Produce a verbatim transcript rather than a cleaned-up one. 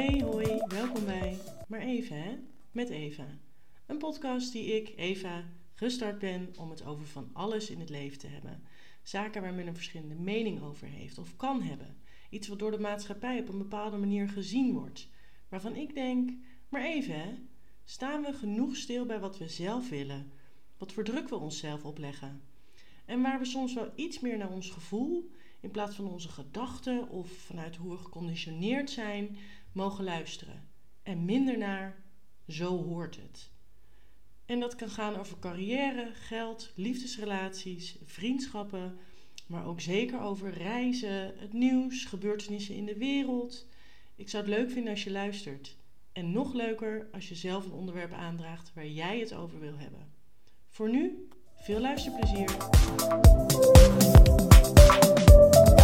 Hey hoi, welkom bij Maar Even hè, met Eva. Een podcast die ik, Eva, gestart ben om het over van alles in het leven te hebben. Zaken waar men een verschillende mening over heeft of kan hebben. Iets wat door de maatschappij op een bepaalde manier gezien wordt. Waarvan ik denk, maar even hè, staan we genoeg stil bij wat we zelf willen? Wat voor druk we onszelf opleggen? En waar we soms wel iets meer naar ons gevoel, in plaats van onze gedachten of vanuit hoe we geconditioneerd zijn, mogen luisteren. En minder naar, zo hoort het. En dat kan gaan over carrière, geld, liefdesrelaties, vriendschappen, maar ook zeker over reizen, het nieuws, gebeurtenissen in de wereld. Ik zou het leuk vinden als je luistert. En nog leuker als je zelf een onderwerp aandraagt waar jij het over wil hebben. Voor nu, veel luisterplezier!